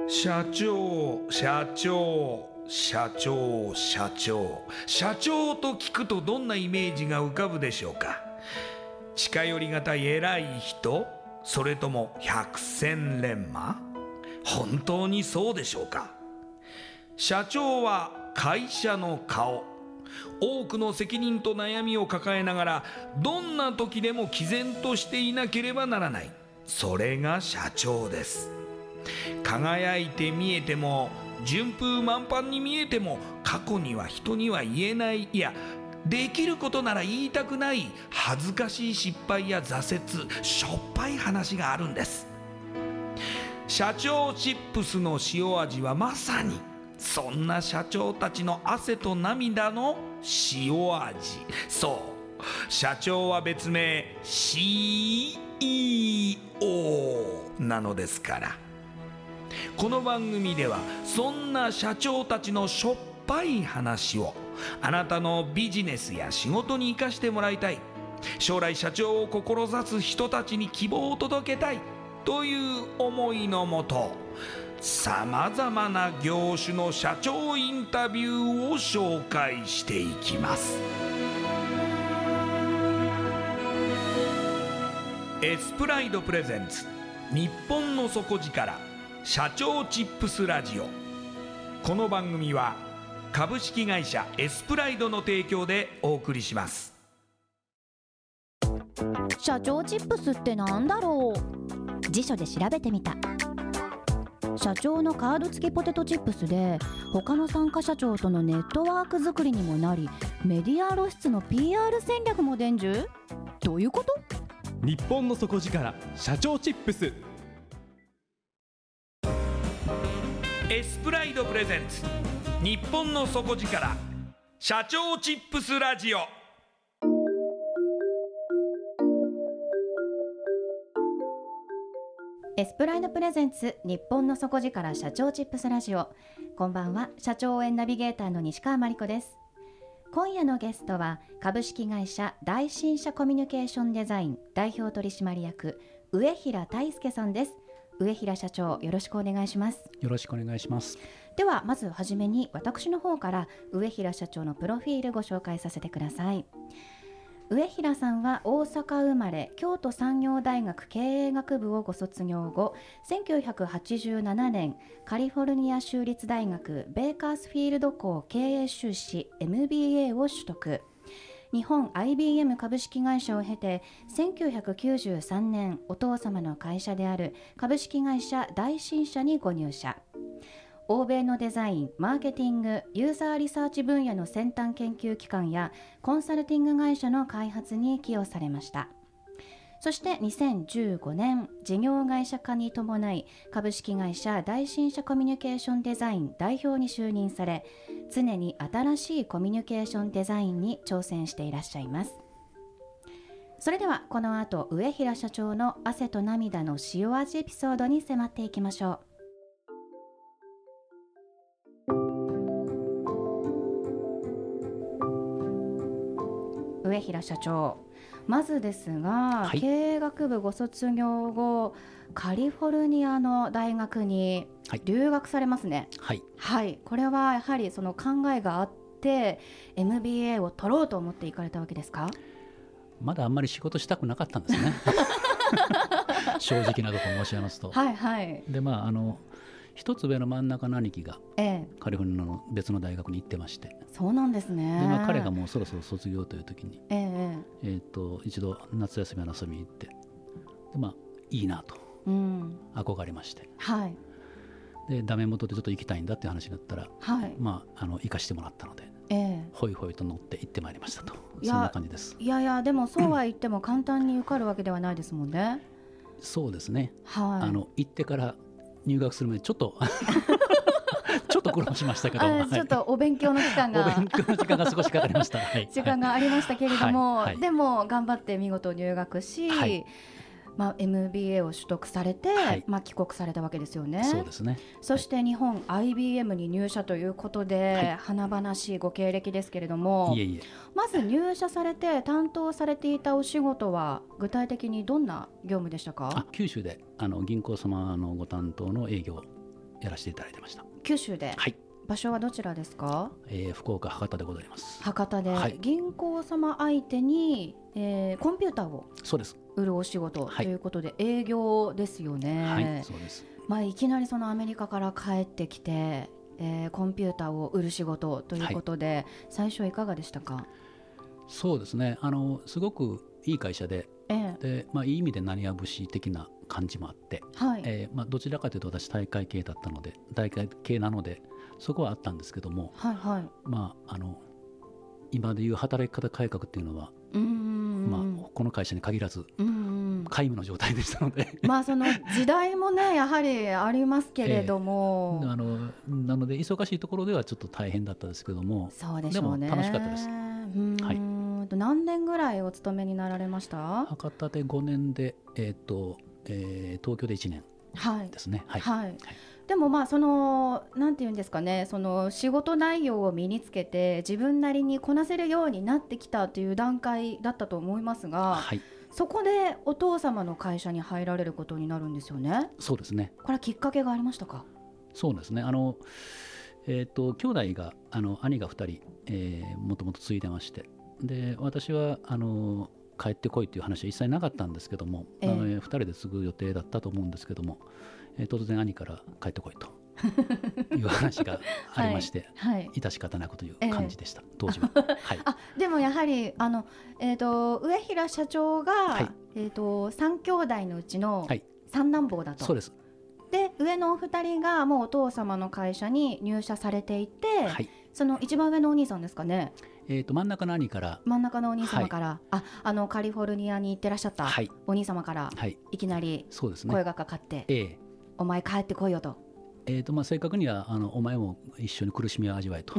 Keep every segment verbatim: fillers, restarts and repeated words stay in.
社長社長社長社長社長と聞くとどんなイメージが浮かぶでしょうか。近寄りがたい偉い人、それとも百戦錬磨。本当にそうでしょうか。社長は会社の顔、多くの責任と悩みを抱えながらどんな時でも毅然としていなければならない、それが社長です。輝いて見えても順風満帆に見えても、過去には人には言えない、いやできることなら言いたくない恥ずかしい失敗や挫折、しょっぱい話があるんです。社長チップスの塩味はまさにそんな社長たちの汗と涙の塩味。そう社長は別名 シーイーオー なのですから。この番組ではそんな社長たちのしょっぱい話をあなたのビジネスや仕事に生かしてもらいたい、将来社長を志す人たちに希望を届けたいという思いのもと、さまざまな業種の社長インタビューを紹介していきます。エスプライドプレゼンツ日本の底力社長チップスラジオ。この番組は株式会社エスプライドの提供でお送りします。 社長チップスってなんだろう。辞書で調べてみた。社長のカード付きポテトチップスで、他の参加社長とのネットワーク作りにもなり、メディア露出の ピーアール 戦略も伝授。どういうこと？ 日本の底力社長チップス。 エスプライドプレゼンツ日本の底力社長チップスラジオ。 エスプライドプレゼンツ日本の底力社長チップスラジオ。こんばんは、社長応援ナビゲーターの西川真理子です。今夜のゲストは株式会社大新社コミュニケーションデザイン代表取締役上平大輔さんです。上平社長、よろしくお願いします。 よろしくお願いします。 ではまずはじめに私の方から上平社長のプロフィールご紹介させてください。上平さんは大阪生まれ、京都産業大学経営学部をご卒業後、せんきゅうひゃくはちじゅうななねんカリフォルニア州立大学ベーカースフィールド校経営修士 エムビーエー を取得。日本 アイビーエム 株式会社を経て、せんきゅうひゃくきゅうじゅうさんねんお父様の会社である株式会社大新社にご入社。欧米のデザイン、マーケティング、ユーザーリサーチ分野の先端研究機関やコンサルティング会社の開発に寄与されました。そしてにせんじゅうごねん事業会社化に伴い株式会社大新社コミュニケーションデザイン代表に就任され、常に新しいコミュニケーションデザインに挑戦していらっしゃいます。それではこの後、上平社長の汗と涙の塩味エピソードに迫っていきましょう。上平社長、まずですが、はい、経営学部ご卒業後カリフォルニアの大学に留学されますね。 はい、 はい、これはやはりその考えがあって エムビーエー を取ろうと思って行かれたわけですか？ まだあんまり仕事したくなかったんですね正直なところ申し上げますと、 はいはい、 でまああの一つ上の真ん中の兄貴がカリフォルニアの別の大学に行ってまして、ええ、 そうなんですね。 で、まあ、彼がもうそろそろ卒業という時に、 えええー、と一度夏休みの遊びに行って、で、まあ、いいなと、うん、憧れまして、 はい、 でダメ元でちょっと行きたいんだっていう話だったら、はい、まあ、あの行かしてもらったので、ええ、ほいほいと乗って行ってまいりましたと。そんな感じです。 いやいや、でもそうは言っても簡単に受かるわけではないですもんね。 そうですね、 はい、 あの行ってから入学する前ちょっとちょっと苦労しましたけど、 あ、ちょっとお勉強の期間がお勉強の時間が少しかかりました、はい、 時間がありましたけれども、 はいはい、 でも頑張って見事入学し、はい、まあ、エムビーエー を取得されて、はい、まあ、帰国されたわけですよね。 そうですね。 そして日本 アイビーエム に入社ということで、はい、華々しいご経歴ですけれども、 いえいえ、 まず入社されて担当されていたお仕事は具体的にどんな業務でしたか？ あ、九州であの銀行様のご担当の営業やらせていただいてました。 九州で、 はい、 場所はどちらですか？ えー、福岡博多でございます。 博多で、 はい、 銀行様相手に、えー、コンピューターをそうです売るお仕事ということで、はい、営業ですよね。 はい、そうです。 まあ、いきなりそのアメリカから帰ってきて、えー、コンピューターを売る仕事ということで、はい、最初いかがでしたか？ そうですね、あのすごくいい会社で、 ええでまあ、いい意味で浪花節的な感じもあって、はい、えーまあ、どちらかというと私大会系だったので大会系なのでそこはあったんですけども、 はいはい、 まあ、あの今でいう働き方改革っていうのは、 うん、 まあ、この会社に限らず皆無の状態でしたのでまあその時代もねやはりありますけれども、 えー、あのなので忙しいところではちょっと大変だったですけども、 そうでしょうね、 でも楽しかったです。 うん、はい、何年ぐらいお勤めになられました？ 博多でごねんで、えーとえー、東京でいちねんですね。はいはいはい、 でもまあそのなんていうんですかね、その仕事内容を身につけて自分なりにこなせるようになってきたという段階だったと思いますが、はい、そこでお父様の会社に入られることになるんですよね。 そうですね。 これはきっかけがありましたか？ そうですね、あの、えーと、兄弟があの兄がふたり、えー、もともと継いでまして、で私はあの帰ってこいという話は一切なかったんですけども、えー、あのふたりで継ぐ予定だったと思うんですけども、えー、突然兄から帰ってこいという話がありまして、はいはい、致し方ないことという感じでした、えー、当時は、はい、 あでもやはりあの、えー、と上平社長が、はい、えー、とさん兄弟のうちの三男坊だと、 そうです。 で上のお二人がもうお父様の会社に入社されていて、はい、その一番上のお兄さんですかね、 えー、と真ん中の兄から真ん中のお兄様から、はい、あ, あのカリフォルニアに行ってらっしゃったお兄様から、はい、いきなり声がかかって、はいね、お前帰ってこいよと、 えーとまあ、正確にはあのお前も一緒に苦しみを味わえと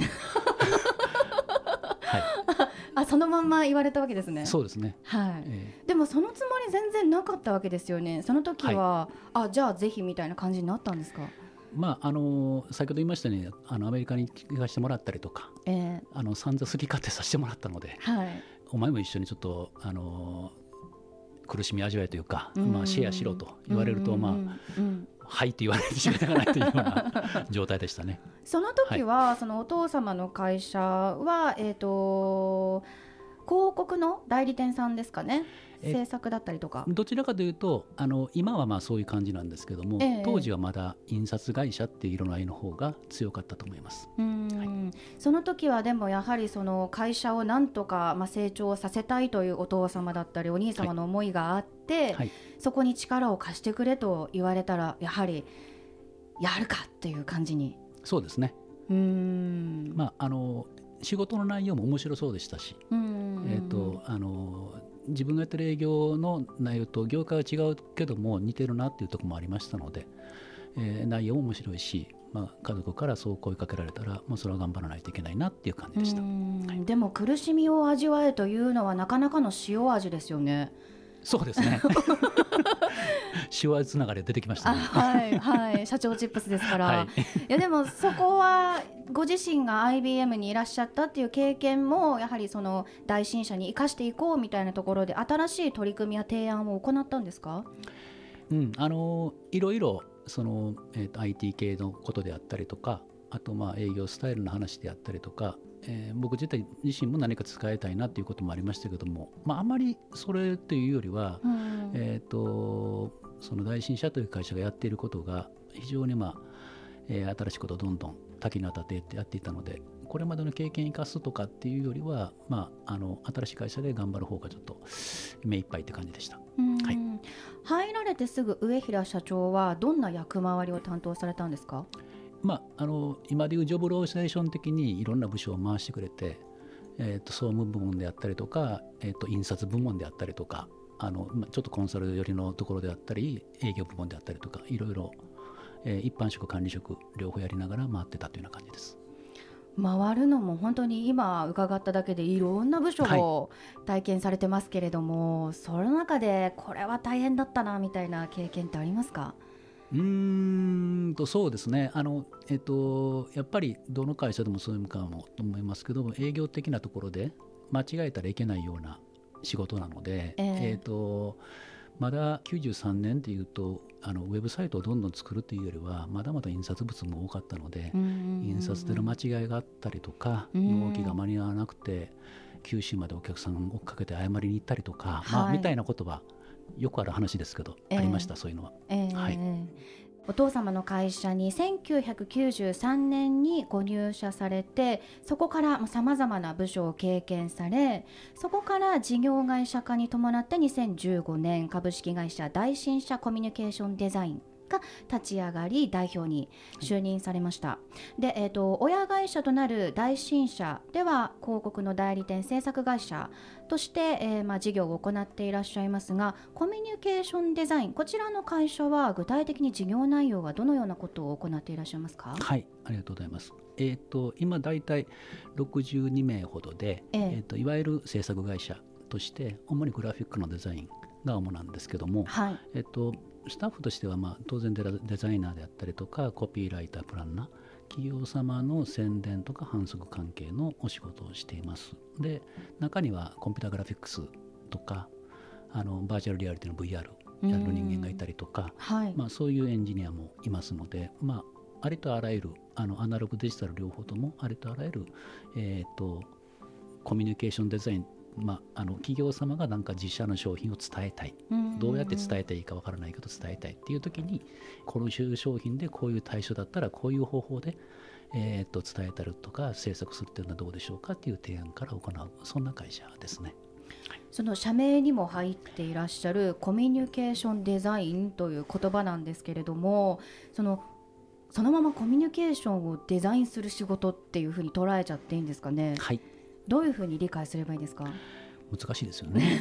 はい、 あそのまんま言われたわけですね。 そうですね、 はいえー、でもそのつもり全然なかったわけですよね。その時は、はい、あじゃあぜひみたいな感じになったんですか？ まあ、あの先ほど言いましたようにあのアメリカに行かせてもらったりとか、えー、あの散々好き勝手させてもらったので、はい、お前も一緒にちょっとあの苦しみ味わいというか、まあ、シェアしろと言われると、まあうん、はいと言われて仕方がないというような状態でしたね。 その時は、はい、そのお父様の会社は、えーと、広告の代理店さんですかね、制作だったりとか。 どちらかというとあの今はまあそういう感じなんですけども、えー、当時はまだ印刷会社っていう色合いの方が強かったと思います。 うん、はい、その時はでもやはりその会社をなんとかまあ成長させたいというお父様だったりお兄様の思いがあって、はいはい、そこに力を貸してくれと言われたらやはりやるかっていう感じに。 そうですね。うーん、まあ、あの仕事の内容も面白そうでしたし、うん、えーと、あの自分がやってる営業の内容と業界は違うけども似てるなっていうところもありましたので、えー、内容も面白いし、まあ、家族からそう声かけられたら、まあ、それは頑張らないといけないなっていう感じでした。はい、 でも苦しみを味わえというのはなかなかの塩味ですよね。 そうですね塩味つながり出てきましたね。 はいはい、社長チップスですから、はい、いやでもそこはご自身が アイビーエム にいらっしゃったっていう経験もやはりその大新社に生かしていこうみたいなところで新しい取り組みや提案を行ったんですか？ うん、あのいろいろその、えーと、アイティー 系のことであったりとか、あとまあ営業スタイルの話であったりとか、えー、僕自体自身も何か使いたいなということもありましたけども、まあ、あまりそれというよりは、うん、えーとその大新社という会社がやっていることが非常に、まあえー、新しいことをどんどん多岐にわたってやっていたので、これまでの経験を生かすとかっていうよりは、まあ、あの新しい会社で頑張る方がちょっと目いっぱいって感じでした。はい、 入られてすぐ上平社長はどんな役回りを担当されたんですか？ まあ、あの今でいうジョブローテーション的にいろんな部署を回してくれて、えー、と総務部門であったりとか、えー、と印刷部門であったりとか、あのちょっとコンサル寄りのところであったり営業部門であったりとか、いろいろ、えー、一般職管理職両方やりながら回ってたというような感じです。 回るのも本当に今伺っただけでいろんな部署を体験されてますけれども、はい、その中でこれは大変だったなみたいな経験ってありますか？ うーんとそうですね、あの、えー、とやっぱりどの会社でもそういうかもと思いますけども、営業的なところで間違えたらいけないような仕事なので、えーえーとまだきゅうじゅうさんねんっていうとあのウェブサイトをどんどん作るっていうよりはまだまだ印刷物も多かったので、印刷での間違いがあったりとか、納期が間に合わなくて九州までお客さんを追っかけて謝りに行ったりとか、はい、まあ、みたいなことはよくある話ですけど、えー、ありました、そういうのは、 えーはい、 お父様の会社にせんきゅうひゃくきゅうじゅうさんねんにご入社されて、そこからさまざまな部署を経験され、そこから事業会社化に伴ってにせんじゅうごねん株式会社大新社コミュニケーションデザインが立ち上がり代表に就任されました。で、えーと、親会社となる大新社では広告の代理店制作会社として、えーまあ、事業を行っていらっしゃいますが、コミュニケーションデザイン、こちらの会社は具体的に事業内容はどのようなことを行っていらっしゃいますか？ はい、ありがとうございます。えーと、今だいたいろくじゅうにめいほどで、えーえーといわゆる制作会社として主にグラフィックのデザインが主なんですけども、はい、えーとスタッフとしてはまあ当然デザイナーであったりとかコピーライター、プランナー、企業様の宣伝とか販促関係のお仕事をしています。で、中にはコンピュータグラフィックスとかあのバーチャルリアリティの ブイアール やる人間がいたりとか、はい、まあ、そういうエンジニアもいますので、まあ、ありとあらゆるあのアナログデジタル両方ともありとあらゆる、えーと、コミュニケーションデザイン、まあ、あの企業様がなんか自社の商品を伝えたい、どうやって伝えたらいいかわからないけど伝えたいっていう時に、この商品でこういう対象だったらこういう方法で、えー、と伝えたりとか制作するっていうのはどうでしょうかっていう提案から行う、そんな会社ですね。 その社名にも入っていらっしゃるコミュニケーションデザインという言葉なんですけれども、そのそのままコミュニケーションをデザインする仕事っていうふうに捉えちゃっていいんですかね？ はい、 どういうふうに理解すればいいですか？ 難しいですよね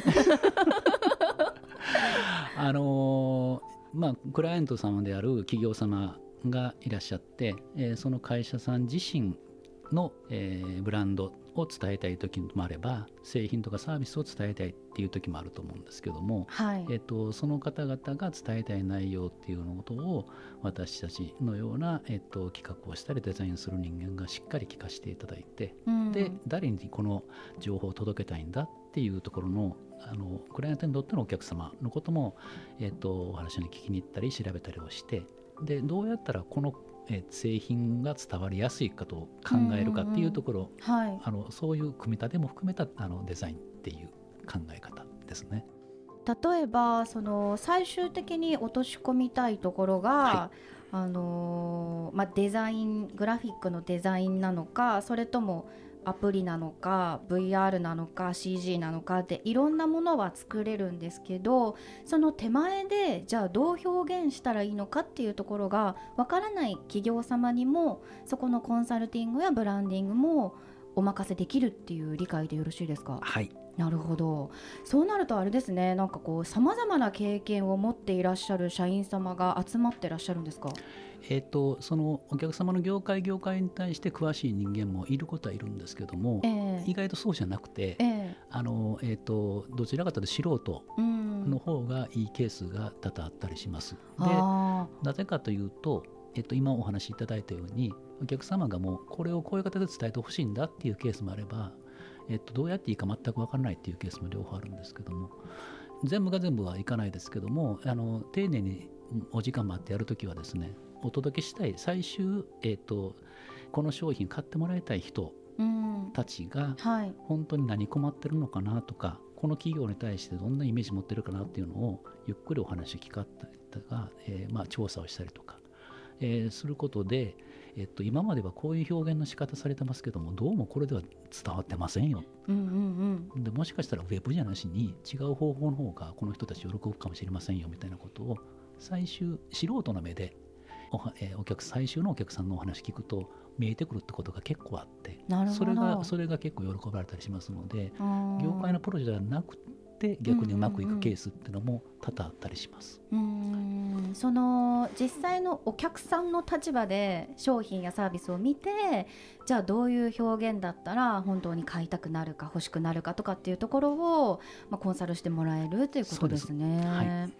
あのーまあ、クライアント様である企業様がいらっしゃって、えー、その会社さん自身の、えー、ブランドを伝えたい時もあれば、製品とかサービスを伝えたいっていう時もあると思うんですけども、はい、えーと、その方々が伝えたい内容っていうことを私たちのような、えーと、企画をしたりデザインする人間がしっかり聞かせていただいて、うん、で誰にこの情報を届けたいんだっていうところのあのクライアントにとってのお客様のことも、えーと、お話に聞きに行ったり調べたりをして、でどうやったらこのえ製品が伝わりやすいかと考えるかっていうところ、うんうん、はい、あのそういう組み立ても含めたあのデザインっていう考え方ですね。 例えばその最終的に落とし込みたいところが、はい、あのまあ、デザイングラフィックのデザインなのか、それともアプリなのか ブイアール なのか シージー なのかっていろんなものは作れるんですけど、その手前でじゃあどう表現したらいいのかっていうところがわからない企業様にも、そこのコンサルティングやブランディングもお任せできるっていう理解でよろしいですか？ はい、 なるほど。そうなるとあれですね、なんかこう様々な経験を持っていらっしゃる社員様が集まってらっしゃるんですか？ えー、とそのお客様の業界業界に対して詳しい人間もいることはいるんですけども、えー、意外とそうじゃなくて、えーあのえー、とどちらかというと素人の方がいいケースが多々あったりします。でなぜかというと、えー、と今お話しいただいたようにお客様がもうこれをこういう形で伝えてほしいんだっていうケースもあれば、えー、とどうやっていいか全く分からないっていうケースも両方あるんですけども、全部が全部はいかないですけども、あの丁寧にお時間待ってやるときはですね、お届けしたい最終、えー、とこの商品買ってもらいたい人たちが本当に何困ってるのかなとか、この企業に対してどんなイメージ持ってるかなっていうのをゆっくりお話を聞かったりとか、えーまあ、調査をしたりとか、えー、することで、えー、と今まではこういう表現の仕方されてますけども、どうもこれでは伝わってませんよ、うんうんうん、でもしかしたらウェブじゃなしに違う方法の方がこの人たち喜ぶかもしれませんよみたいなことを最終素人の目で お,、えー、お客最終のお客さんのお話聞くと見えてくるってことが結構あって、それがそれが結構喜ばれたりしますので、業界のプロではなくて逆にうまくいくケースっていうのも多々あったりします。 うんうんうん、その実際のお客さんの立場で商品やサービスを見て、じゃあどういう表現だったら本当に買いたくなるか欲しくなるかとかっていうところを、まあ、コンサルしてもらえるということですね。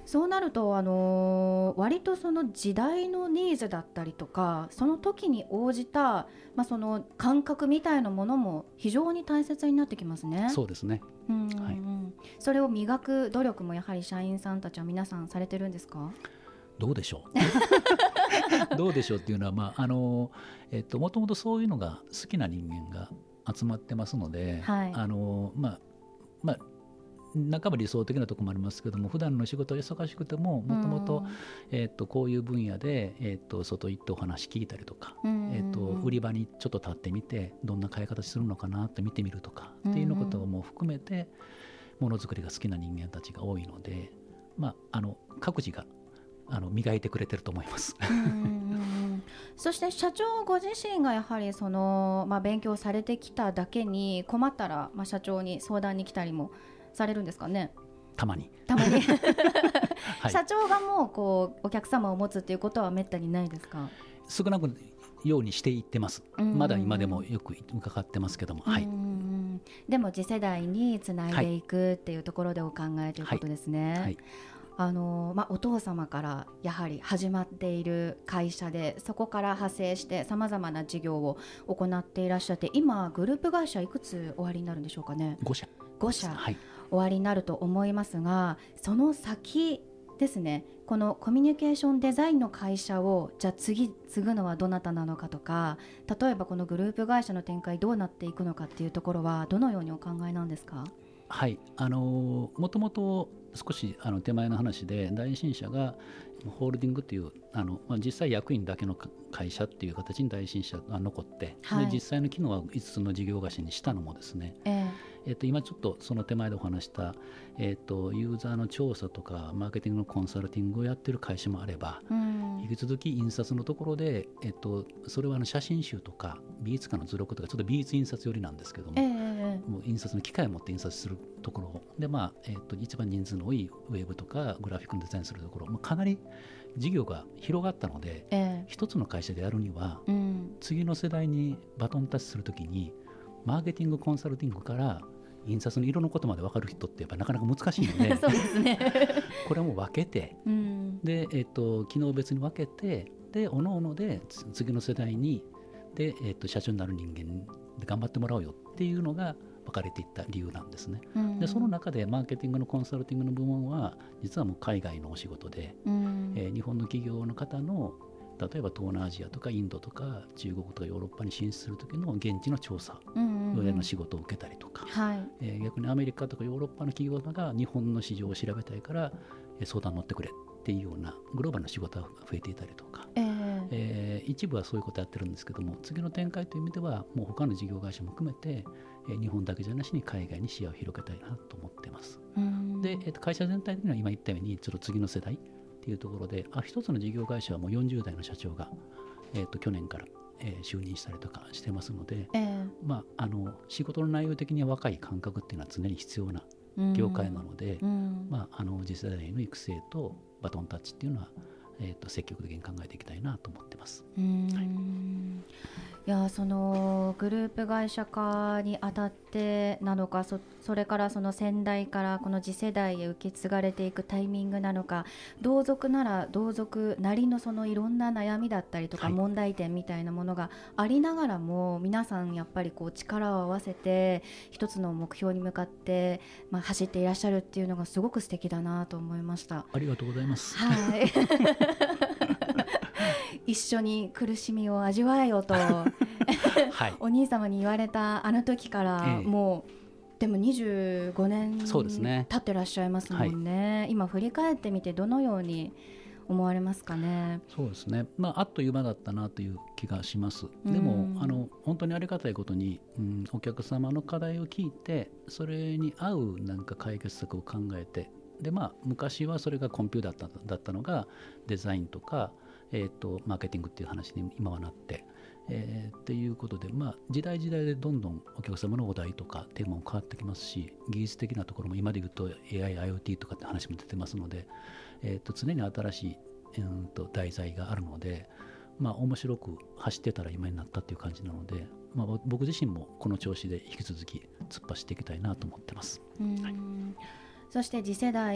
そうなると、あのー割とその時代のニーズだったりとか、その時に応じた、まあ、その感覚みたいなものも非常に大切になってきますね。 そうですね。 うんうん、 はい、 それを磨く努力もやはり社員さんたちは皆さんされてるんですか？ どうでしょうどうでしょうっていうのは、まああのえっと、もともとそういうのが好きな人間が集まってますので、 はい、 あのまあまあ半ば理想的なところもありますけども、普段の仕事忙しくてももともとえっとこういう分野で、えっと外行ってお話聞いたりとか、えっと売り場にちょっと立ってみてどんな買い方するのかなって見てみるとかっていうのことも含めてものづくりが好きな人間たちが多いので、まあ、あの各自があの磨いてくれてると思いますうんうんそして社長ご自身がやはりその、まあ、勉強されてきただけに困ったら、まあ、社長に相談に来たりもされるんですかね？ たまにたまに、 はい、 社長がもうこうお客様を持つっていうことはめったにないですか？ 少なくようにしていってます。まだ今でもよく伺ってますけども、はい、 うんでも次世代につないでいくっていうところでお考えということですね。はいはい、あのまあ、お父様からやはり始まっている会社で、そこから派生してさまざまな事業を行っていらっしゃって、今グループ会社いくつおありになるんでしょうかね？ ご社ご社、 はい、 おありになると思いますが、その先ですね、このコミュニケーションデザインの会社をじゃあ次継ぐのはどなたなのかとか、例えばこのグループ会社の展開どうなっていくのかっていうところはどのようにお考えなんですか？ はい、あのもともと少しあの手前の話で、第一新社がホールディングというあの、まあ、実際役員だけの会社っていう形に第一新社が残って、はい、で実際の機能はいつつの事業会社にしたのもですね、えーえー、と今ちょっとその手前でお話した、えー、とユーザーの調査とかマーケティングのコンサルティングをやってる会社もあれば、うん、引き続き印刷のところで、えー、とそれはあの写真集とか美術館の図録とかちょっと美術印刷寄りなんですけども、えー、もう印刷の機械を持って印刷するところで、まあえー、と一番人数の多いウェブとかグラフィックのデザインするところ、まあ、かなり事業が広がったので、えー、一つの会社でやるには、うん、次の世代にバトンタッチするときにマーケティングコンサルティングから印刷の色のことまで分かる人ってやっぱなかなか難しいのでそうですねこれも分けて、うん、で、えー、と機能別に分けて、で各々で次の世代にで、えー、と社長になる人間で頑張ってもらおうよっていうのが分かれていった理由なんですね、うん、でその中でマーケティングのコンサルティングの部門は実はもう海外のお仕事で、うんえー、日本の企業の方の例えば東南アジアとかインドとか中国とかヨーロッパに進出する時の現地の調査の仕事を受けたりとか、うんうんうんえー、逆にアメリカとかヨーロッパの企業が日本の市場を調べたいから相談乗ってくれっていうようなグローバルな仕事が増えていたりとか、えーえー、一部はそういうことやってるんですけども、次の展開という意味ではもう他の事業会社も含めて、えー、日本だけじゃなしに海外に視野を広げたいなと思っています。うんで、えー、と会社全体的には今言ったようにちょっと次の世代っていうところで、あ一つの事業会社はもうよんじゅう代の社長が、えー、と去年から、えー、就任したりとかしてますので、えーまあ、あの仕事の内容的には若い感覚っていうのは常に必要な業界なので、うんまあ、あの次世代の育成とバトンタッチっていうのは、えー、と積極的に考えていきたいなと思ってます。うんはいいやそのグループ会社化にあたってなのか、 そ, それからその先代からこの次世代へ受け継がれていくタイミングなのか、同族なら同族なりのそのいろんな悩みだったりとか問題点みたいなものがありながらも、はい、皆さんやっぱりこう力を合わせて一つの目標に向かって、まあ、走っていらっしゃるっていうのがすごく素敵だなと思いました。 ありがとうございます、 はい一緒に苦しみを味わえよと、はい、お兄様に言われたあの時から、ええ、もうでもにじゅうごねん経ってらっしゃいますもんね、はい、今振り返ってみてどのように思われますかね？ そうですね、まあ、あっという間だったなという気がします。でもあの本当にありがたいことに、うん、お客様の課題を聞いてそれに合うなんか解決策を考えて、で、まあ、昔はそれがコンピューターだったのがデザインとかえー、とマーケティングっていう話に今はなって、えー、っていうことで、まあ、時代時代でどんどんお客様のお題とかテーマも変わってきますし、技術的なところも今で言うと エーアイ、アイオーティー とかって話も出てますので、えー、と常に新しい、えー、と題材があるので、まあ、面白く走ってたら今になったっていう感じなので、まあ、僕自身もこの調子で引き続き突っ走っていきたいなと思ってます。 うん、はい、そして次世代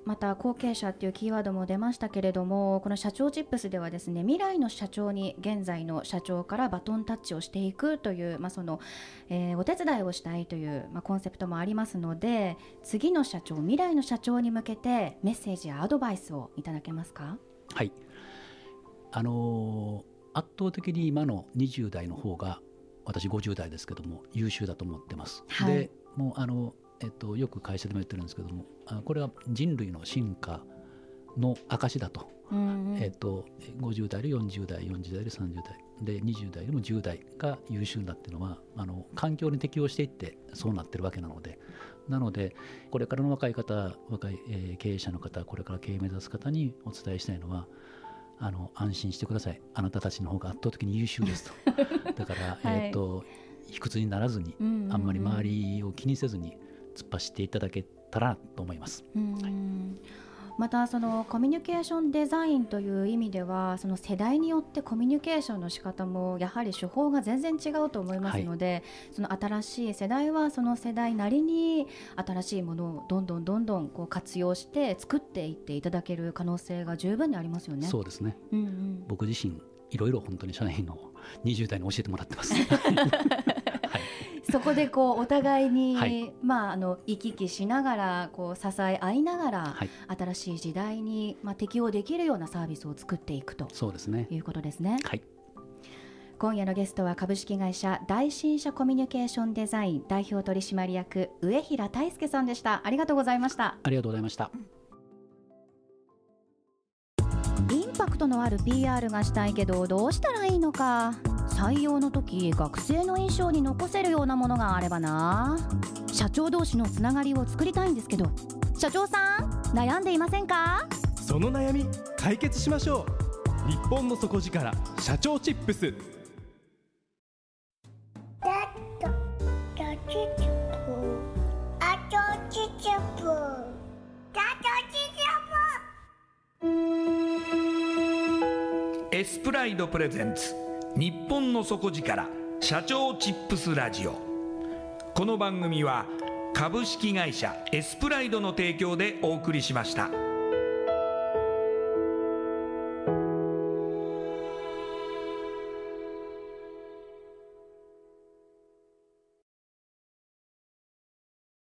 また後継者っていうキーワードも出ましたけれども、この社長チップスではですね、未来の社長に現在の社長からバトンタッチをしていくという、まあそのえー、お手伝いをしたいという、まあ、コンセプトもありますので、次の社長、未来の社長に向けてメッセージやアドバイスをいただけますか？ はい、あのー、圧倒的に今のにじゅう代の方が、私ごじゅう代ですけども優秀だと思ってます、はい、でもうあの、えっと、よく会社でも言ってるんですけども、あこれは人類の進化の証だと、うんうん、えっと、ごじゅう代でよんじゅう代、よんじゅう代でさんじゅう代でにじゅう代でもじゅう代が優秀だっていうのは、あの環境に適応していってそうなってるわけなので、なのでこれからの若い方、若い、えー、経営者の方、これから経営目指す方にお伝えしたいのは、あの安心してください、あなたたちの方が圧倒的に優秀ですとだから、はい、えーと卑屈にならずに、うんうんうん、あんまり周りを気にせずに突っ走っていただけたらと思います、うんはい、 またそのコミュニケーションデザインという意味では、その世代によってコミュニケーションの仕方もやはり手法が全然違うと思いますので、はい、その新しい世代はその世代なりに新しいものをどんどんどんどんこう活用して作っていっていただける可能性が十分にありますよね。 そうですね、うんうん、僕自身いろいろ本当に社内のにじゅう代に教えてもらってますそこでこうお互いに、はい、まあ、あの行き来しながらこう支え合いながら、はい、新しい時代に、まあ、適応できるようなサービスを作っていくとそうですね、 いうことですね。 はい、 今夜のゲストは株式会社大新社コミュニケーションデザイン代表取締役上平大輔さんでした。ありがとうございました。 ありがとうございました。 インパクトのある ピーアール がしたいけどどうしたらいいのか。採用の時学生の印象に残せるようなものがあればな。社長同士のつながりを作りたいんですけど、社長さん悩んでいませんか？ その悩み解決しましょう。日本の底力社長チップス。 エスプライドプレゼンツ日本の底力社長チップスラジオ。この番組は株式会社エスプライドの提供でお送りしました。